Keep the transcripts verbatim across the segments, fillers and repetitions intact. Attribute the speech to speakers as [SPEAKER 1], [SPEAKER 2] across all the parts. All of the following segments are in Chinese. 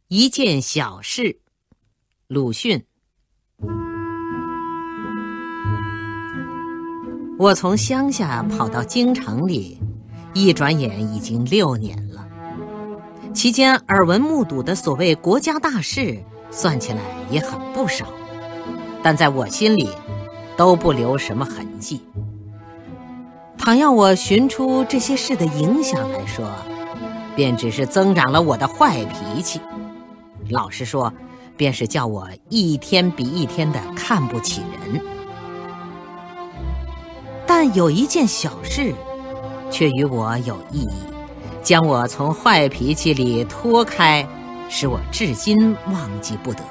[SPEAKER 1] 一件小事，鲁迅。我从乡下跑到京城里，一转眼已经六年了。期间耳闻目睹的所谓国家大事，算起来也很不少，但在我心里都不留什么痕迹。倘要我寻出这些事的影响来说，便只是增长了我的坏脾气。老实说，便是叫我一天比一天的看不起人。但有一件小事却与我有意义，将我从坏脾气里脱开，使我至今忘记不得。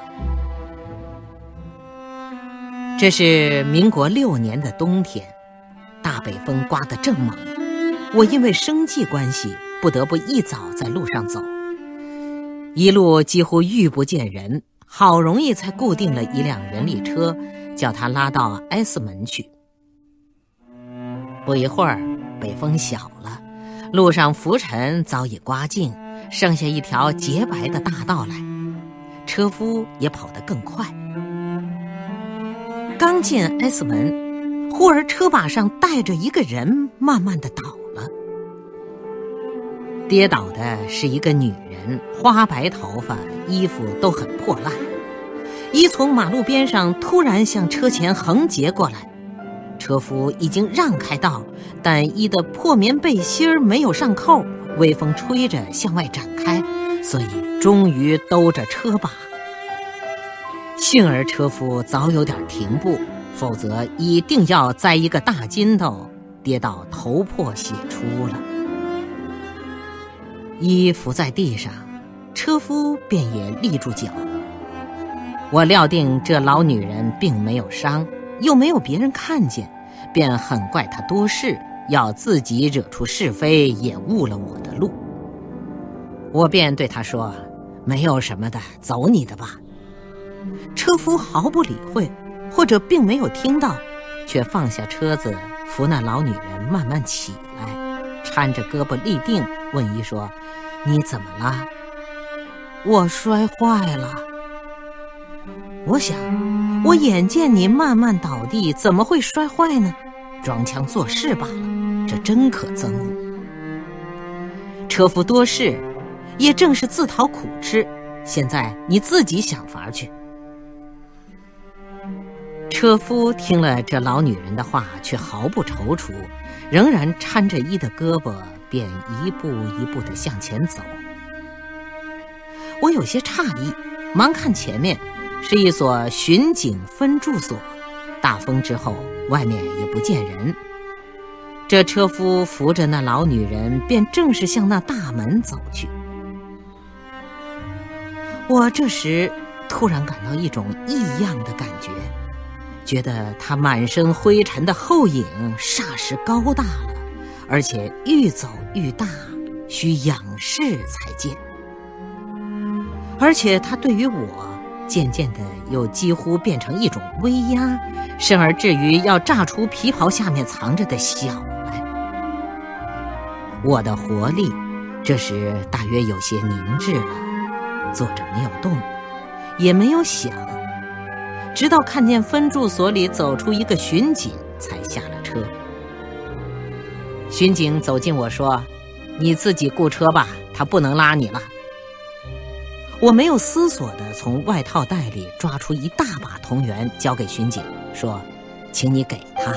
[SPEAKER 1] 这是民国六年的冬天，大北风刮得正猛，我因为生计关系不得不一早在路上走，一路几乎遇不见人，好容易才固定了一辆人力车，叫他拉到 S 门去。不一会儿，北风小了，路上浮尘早已刮净，剩下一条洁白的大道来，车夫也跑得更快。刚进 S 门，忽而车把上带着一个人慢慢地倒了。跌倒的是一个女人，花白头发，衣服都很破烂，一从马路边上突然向车前横截过来。车夫已经让开道，但衣的破棉背心没有上扣，微风吹着向外展开，所以终于兜着车把。幸而车夫早有点停步，否则一定要栽一个大筋斗，跌到头破血出了。衣伏在地上，车夫便也立住脚。我料定这老女人并没有伤，又没有别人看见，便很怪她多事，要自己惹出是非，也误了我的路。我便对她说：“没有什么的，走你的吧。”车夫毫不理会，或者并没有听到，却放下车子，扶那老女人慢慢起来，搀着胳膊立定，问一说：“你怎么了？”“我摔坏了。”“我想，我眼见你慢慢倒地，怎么会摔坏呢？装腔作势罢了，这真可憎恶。”车夫多事，也正是自讨苦吃，现在你自己想法去。车夫听了这老女人的话，却毫不踌躇，仍然搀着衣的胳膊，便一步一步地向前走。我有些诧异，忙看前面是一所巡警分驻所，大风之后外面也不见人。这车夫扶着那老女人，便正是向那大门走去。我这时突然感到一种异样的感觉，觉得他满身灰尘的后影霎时高大了，而且愈走愈大，需仰视才见。而且他对于我渐渐的又几乎变成一种威压，甚而至于要炸出皮袍下面藏着的小来。我的活力这时大约有些凝滞了，坐着没有动，也没有想，直到看见分驻所里走出一个巡警，才下了车。巡警走近我说：“你自己雇车吧，他不能拉你了。”我没有思索地从外套袋里抓出一大把铜元，交给巡警，说：“请你给他。”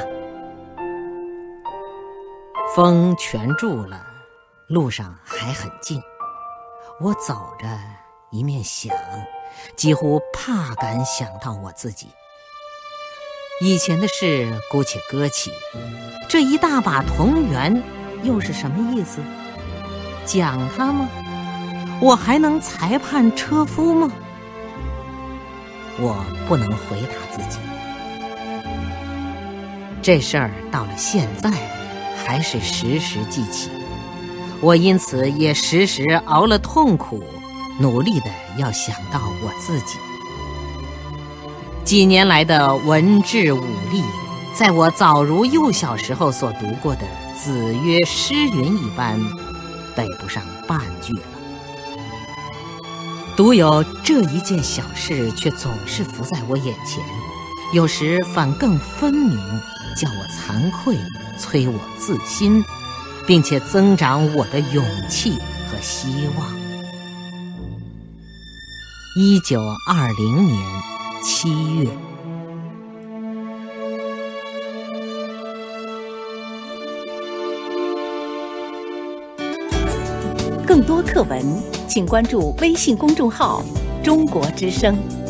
[SPEAKER 1] 风全住了，路上还很静。我走着，一面想，几乎怕敢想到我自己。以前的事姑且搁起，这一大把铜元又是什么意思？讲他吗？我还能裁判车夫吗？我不能回答自己。这事儿到了现在，还是时时记起。我因此也时时熬了痛苦，努力的要想到我自己。几年来的文治武力，在我早如幼小时候所读过的子曰诗云一般，背不上半句了。 独有这一件小事却总是浮在我眼前，有时反更分明，叫我惭愧，催我自新，并且增长我的勇气和希望。一九二零年七月。
[SPEAKER 2] 更多课文，请关注微信公众号“中国之声”。